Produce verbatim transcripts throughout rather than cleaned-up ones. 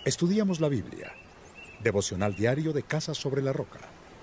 Estudiamos la Biblia. Devocional diario de Casa sobre la Roca.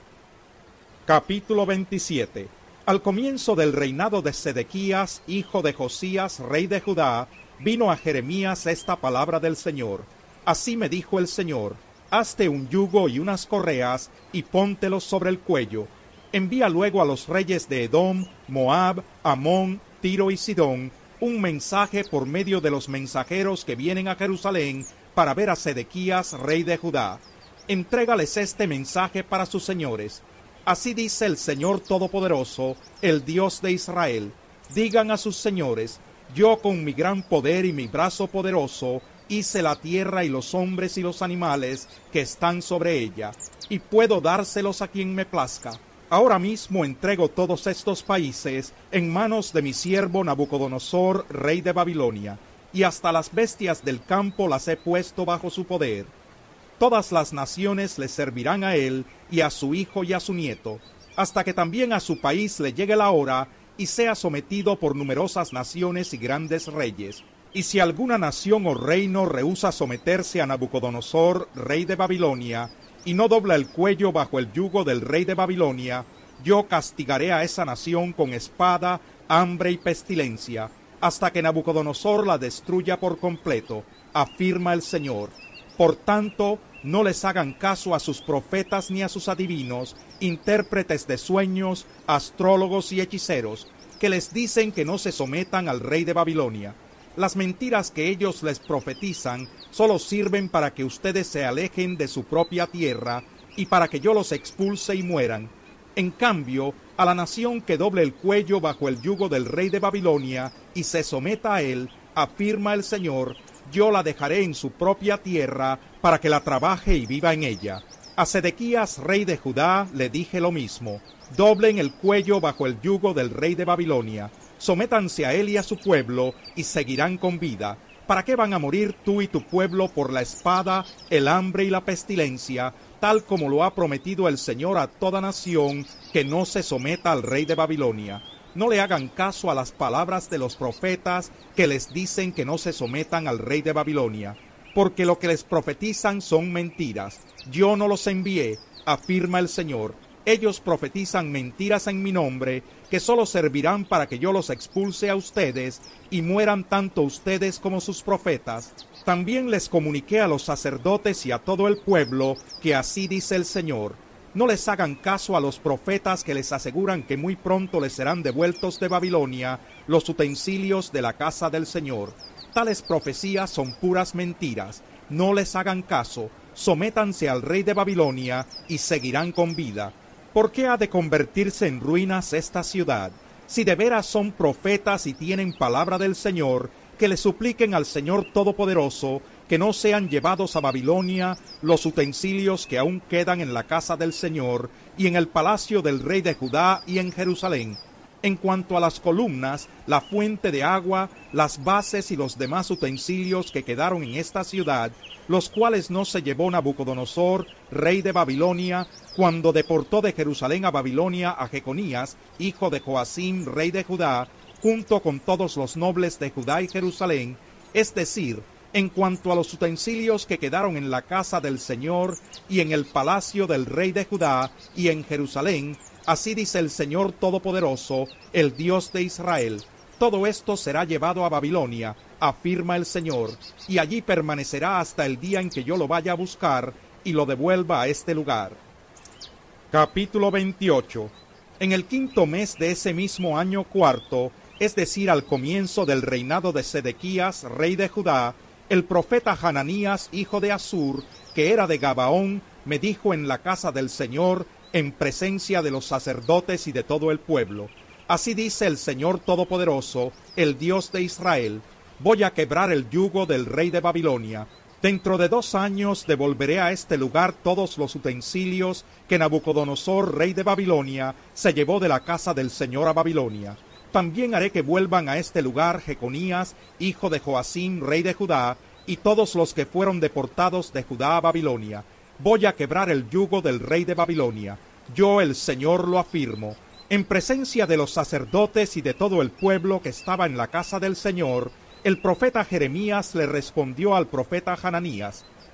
Capítulo veintisiete. Al comienzo del reinado de Sedequías, hijo de Josías, rey de Judá, vino a Jeremías esta palabra del Señor. Así me dijo el Señor: hazte un yugo y unas correas, y póntelos sobre el cuello. Envía luego a los reyes de Edom, Moab, Amón, Tiro y Sidón, un mensaje por medio de los mensajeros que vienen a Jerusalén para ver a Sedequías, rey de Judá. Entrégales este mensaje para sus señores. Así dice el Señor Todopoderoso, el Dios de Israel. Digan a sus señores: yo con mi gran poder y mi brazo poderoso hice la tierra y los hombres y los animales que están sobre ella, y puedo dárselos a quien me plazca. Ahora mismo entrego todos estos países en manos de mi siervo Nabucodonosor, rey de Babilonia, y hasta las bestias del campo las he puesto bajo su poder. Todas las naciones le servirán a él y a su hijo y a su nieto, hasta que también a su país le llegue la hora y sea sometido por numerosas naciones y grandes reyes. Y si alguna nación o reino rehúsa someterse a Nabucodonosor, rey de Babilonia, y no dobla el cuello bajo el yugo del rey de Babilonia, yo castigaré a esa nación con espada, hambre y pestilencia, hasta que Nabucodonosor la destruya por completo, afirma el Señor. Por tanto, no les hagan caso a sus profetas ni a sus adivinos, intérpretes de sueños, astrólogos y hechiceros, que les dicen que no se sometan al rey de Babilonia. Las mentiras que ellos les profetizan solo sirven para que ustedes se alejen de su propia tierra y para que yo los expulse y mueran. En cambio, a la nación que doble el cuello bajo el yugo del rey de Babilonia y se someta a él, afirma el Señor, yo la dejaré en su propia tierra para que la trabaje y viva en ella. A Sedequías, rey de Judá, le dije lo mismo: doblen el cuello bajo el yugo del rey de Babilonia, sométanse a él y a su pueblo, y seguirán con vida. ¿Para qué van a morir tú y tu pueblo por la espada, el hambre y la pestilencia, tal como lo ha prometido el Señor a toda nación que no se someta al rey de Babilonia? No le hagan caso a las palabras de los profetas que les dicen que no se sometan al rey de Babilonia, porque lo que les profetizan son mentiras. Yo no los envié, afirma el Señor. Ellos profetizan mentiras en mi nombre, que solo servirán para que yo los expulse a ustedes, y mueran tanto ustedes como sus profetas. También les comuniqué a los sacerdotes y a todo el pueblo, que así dice el Señor: no les hagan caso a los profetas que les aseguran que muy pronto les serán devueltos de Babilonia los utensilios de la casa del Señor. Tales profecías son puras mentiras. No les hagan caso, sométanse al rey de Babilonia y seguirán con vida. ¿Por qué ha de convertirse en ruinas esta ciudad? Si de veras son profetas y tienen palabra del Señor, que le supliquen al Señor Todopoderoso que no sean llevados a Babilonia los utensilios que aún quedan en la casa del Señor y en el palacio del rey de Judá y en Jerusalén. En cuanto a las columnas, la fuente de agua, las bases y los demás utensilios que quedaron en esta ciudad, los cuales no se llevó Nabucodonosor, rey de Babilonia, cuando deportó de Jerusalén a Babilonia a Jeconías, hijo de Joacim, rey de Judá, junto con todos los nobles de Judá y Jerusalén, es decir, en cuanto a los utensilios que quedaron en la casa del Señor y en el palacio del rey de Judá y en Jerusalén, así dice el Señor Todopoderoso, el Dios de Israel: todo esto será llevado a Babilonia, afirma el Señor, y allí permanecerá hasta el día en que yo lo vaya a buscar y lo devuelva a este lugar. Capítulo veintiocho. En el quinto mes de ese mismo año cuarto, es decir, al comienzo del reinado de Sedequías, rey de Judá, el profeta Hananías, hijo de Asur, que era de Gabaón, me dijo en la casa del Señor, en presencia de los sacerdotes y de todo el pueblo: así dice el Señor Todopoderoso, el Dios de Israel: voy a quebrar el yugo del rey de Babilonia. Dentro de dos años devolveré a este lugar todos los utensilios que Nabucodonosor, rey de Babilonia, se llevó de la casa del Señor a Babilonia. También haré que vuelvan a este lugar Jeconías, hijo de Joacim, rey de Judá, y todos los que fueron deportados de Judá a Babilonia. Voy a quebrar el yugo del rey de Babilonia. Yo, el Señor, lo afirmo. En presencia de los sacerdotes y de todo el pueblo que estaba en la casa del Señor, el profeta Jeremías le respondió al profeta Hananías: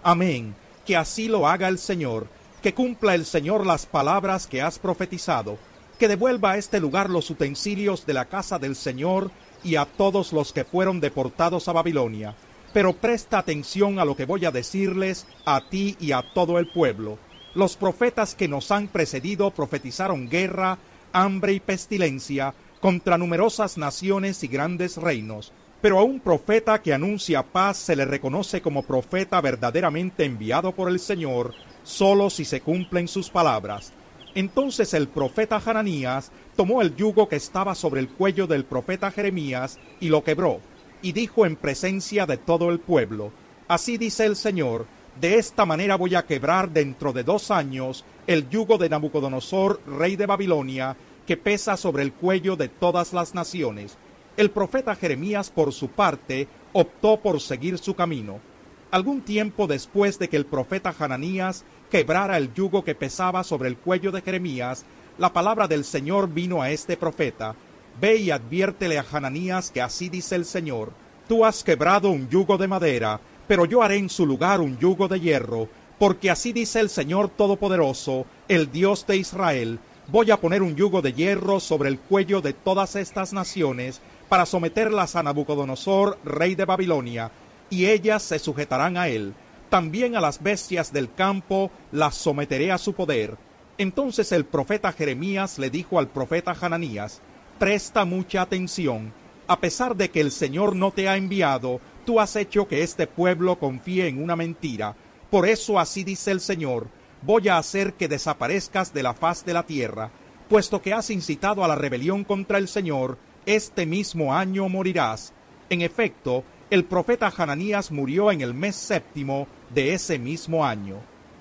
Amén, que así lo haga el Señor, que cumpla el Señor las palabras que has profetizado, que devuelva a este lugar los utensilios de la casa del Señor y a todos los que fueron deportados a Babilonia. Pero presta atención a lo que voy a decirles a ti y a todo el pueblo. Los profetas que nos han precedido profetizaron guerra, hambre y pestilencia contra numerosas naciones y grandes reinos. Pero a un profeta que anuncia paz se le reconoce como profeta verdaderamente enviado por el Señor, solo si se cumplen sus palabras. Entonces el profeta Hananías tomó el yugo que estaba sobre el cuello del profeta Jeremías y lo quebró, y dijo en presencia de todo el pueblo: Así dice el Señor, de esta manera voy a quebrar dentro de dos años el yugo de Nabucodonosor, rey de Babilonia, que pesa sobre el cuello de todas las naciones. El profeta Jeremías, por su parte, optó por seguir su camino. Algún tiempo después de que el profeta Hananías quebrara el yugo que pesaba sobre el cuello de Jeremías, la palabra del Señor vino a este profeta: Ve y adviértele a Hananías que así dice el Señor: Tú has quebrado un yugo de madera, pero yo haré en su lugar un yugo de hierro, porque así dice el Señor Todopoderoso, el Dios de Israel: Voy a poner un yugo de hierro sobre el cuello de todas estas naciones, para someterlas a Nabucodonosor, rey de Babilonia, y ellas se sujetarán a él. También a las bestias del campo las someteré a su poder. Entonces el profeta Jeremías le dijo al profeta Hananías: Presta mucha atención. A pesar de que el Señor no te ha enviado, tú has hecho que este pueblo confíe en una mentira. Por eso así dice el Señor: Voy a hacer que desaparezcas de la faz de la tierra. Puesto que has incitado a la rebelión contra el Señor, este mismo año morirás. En efecto, el profeta Hananías murió en el mes séptimo de ese mismo año.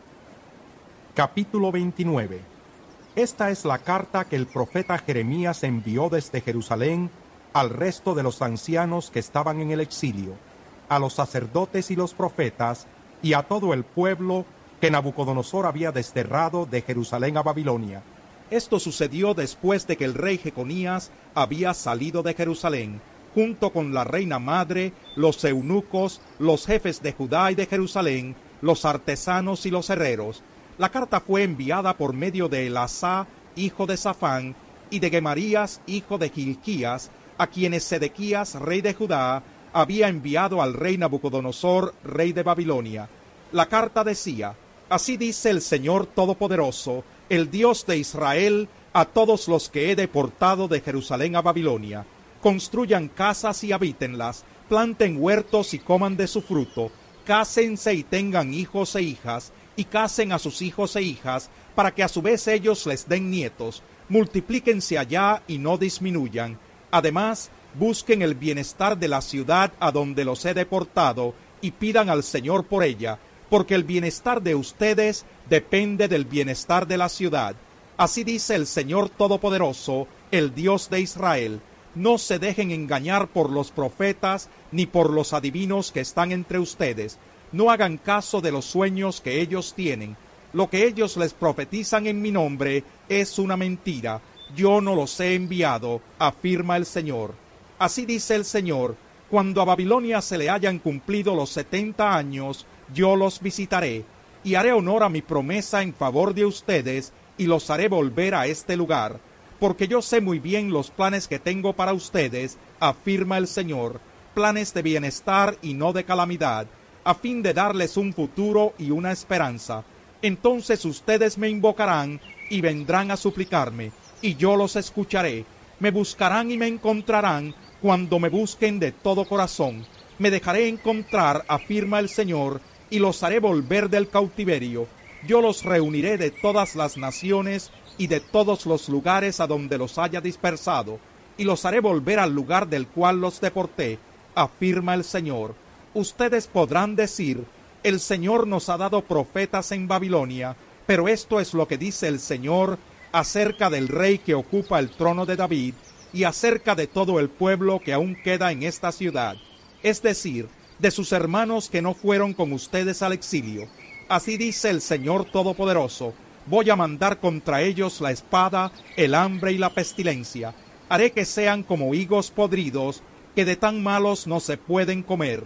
Capítulo veintinueve. Esta es la carta que el profeta Jeremías envió desde Jerusalén al resto de los ancianos que estaban en el exilio, a los sacerdotes y los profetas, y a todo el pueblo que Nabucodonosor había desterrado de Jerusalén a Babilonia. Esto sucedió después de que el rey Jeconías había salido de Jerusalén, junto con la reina madre, los eunucos, los jefes de Judá y de Jerusalén, los artesanos y los herreros. La carta fue enviada por medio de Elasá, hijo de Safán, y de Gemarías, hijo de Gilquías, a quienes Sedequías, rey de Judá, había enviado al rey Nabucodonosor, rey de Babilonia. La carta decía: Así dice el Señor Todopoderoso, el Dios de Israel, a todos los que he deportado de Jerusalén a Babilonia: Construyan casas y habítenlas, planten huertos y coman de su fruto, cásense y tengan hijos e hijas, y casen a sus hijos e hijas, para que a su vez ellos les den nietos. Multiplíquense allá y no disminuyan. Además, busquen el bienestar de la ciudad a donde los he deportado, y pidan al Señor por ella, porque el bienestar de ustedes depende del bienestar de la ciudad. Así dice el Señor Todopoderoso, el Dios de Israel: No se dejen engañar por los profetas, ni por los adivinos que están entre ustedes. No hagan caso de los sueños que ellos tienen. Lo que ellos les profetizan en mi nombre es una mentira. Yo no los he enviado, afirma el Señor. Así dice el Señor: Cuando a Babilonia se le hayan cumplido los setenta años, yo los visitaré, y haré honor a mi promesa en favor de ustedes, y los haré volver a este lugar. Porque yo sé muy bien los planes que tengo para ustedes, afirma el Señor, planes de bienestar y no de calamidad, a fin de darles un futuro y una esperanza. Entonces ustedes me invocarán y vendrán a suplicarme, y yo los escucharé. Me buscarán y me encontrarán cuando me busquen de todo corazón. Me dejaré encontrar, afirma el Señor, y los haré volver del cautiverio. Yo los reuniré de todas las naciones y de todos los lugares a donde los haya dispersado, y los haré volver al lugar del cual los deporté, afirma el Señor. Ustedes podrán decir: el Señor nos ha dado profetas en Babilonia, pero esto es lo que dice el Señor acerca del rey que ocupa el trono de David, y acerca de todo el pueblo que aún queda en esta ciudad, es decir, de sus hermanos que no fueron con ustedes al exilio. Así dice el Señor Todopoderoso: voy a mandar contra ellos la espada, el hambre y la pestilencia. Haré que sean como higos podridos, que de tan malos no se pueden comer.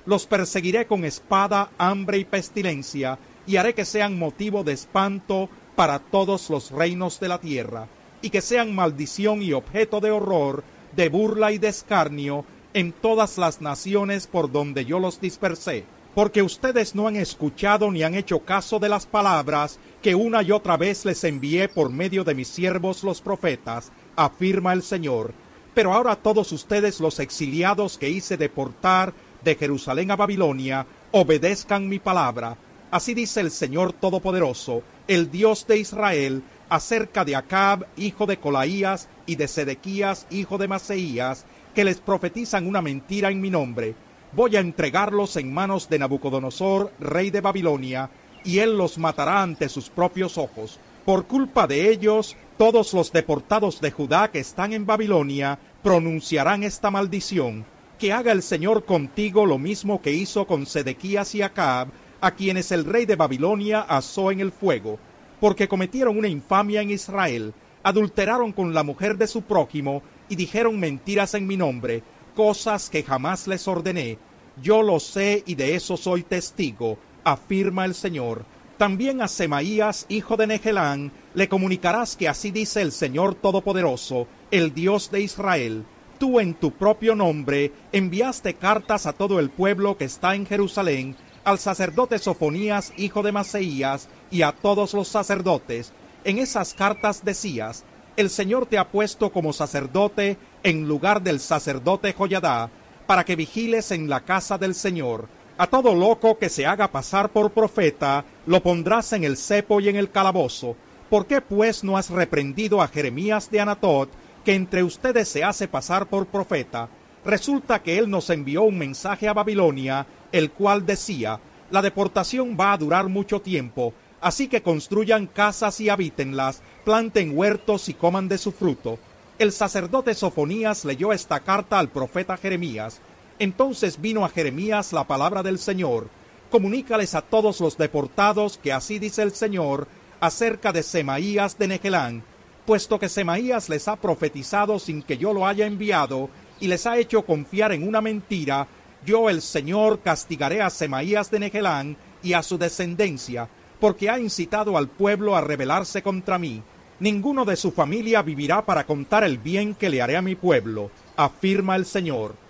Los perseguiré con espada, hambre y pestilencia, y haré que sean motivo de espanto para todos los reinos de la tierra, y que sean maldición y objeto de horror, de burla y de escarnio en todas las naciones por donde yo los dispersé. Porque ustedes no han escuchado ni han hecho caso de las palabras que una y otra vez les envié por medio de mis siervos los profetas, afirma el Señor. Pero ahora todos ustedes, los exiliados que hice deportar de Jerusalén a Babilonia, obedezcan mi palabra. Así dice el Señor Todopoderoso, el Dios de Israel, acerca de Acab, hijo de Colaías, y de Sedequías, hijo de Maseías, que les profetizan una mentira en mi nombre. Voy a entregarlos en manos de Nabucodonosor, rey de Babilonia, y él los matará ante sus propios ojos. Por culpa de ellos, todos los deportados de Judá que están en Babilonia pronunciarán esta maldición. Que haga el Señor contigo lo mismo que hizo con Sedequías y Acab, a quienes el rey de Babilonia asó en el fuego, porque cometieron una infamia en Israel, adulteraron con la mujer de su prójimo, y dijeron mentiras en mi nombre, cosas que jamás les ordené. Yo lo sé y de eso soy testigo, afirma el Señor. También a Semaías, hijo de Nehelán, le comunicarás que así dice el Señor Todopoderoso, el Dios de Israel. Tú en tu propio nombre enviaste cartas a todo el pueblo que está en Jerusalén, al sacerdote Sofonías, hijo de Maseías, y a todos los sacerdotes. En esas cartas decías, el Señor te ha puesto como sacerdote en lugar del sacerdote Joyadá, para que vigiles en la casa del Señor. A todo loco que se haga pasar por profeta, lo pondrás en el cepo y en el calabozo. ¿Por qué pues no has reprendido a Jeremías de Anatot, que entre ustedes se hace pasar por profeta? Resulta que él nos envió un mensaje a Babilonia, el cual decía, la deportación va a durar mucho tiempo, así que construyan casas y habítenlas, planten huertos y coman de su fruto. El sacerdote Sofonías leyó esta carta al profeta Jeremías. Entonces vino a Jeremías la palabra del Señor. Comunícales a todos los deportados que así dice el Señor acerca de Semaías de Nehelán, puesto que Semaías les ha profetizado sin que yo lo haya enviado, y les ha hecho confiar en una mentira. Yo el Señor castigaré a Semaías de Nehelán y a su descendencia, porque ha incitado al pueblo a rebelarse contra mí. Ninguno de su familia vivirá para contar el bien que le haré a mi pueblo, afirma el Señor.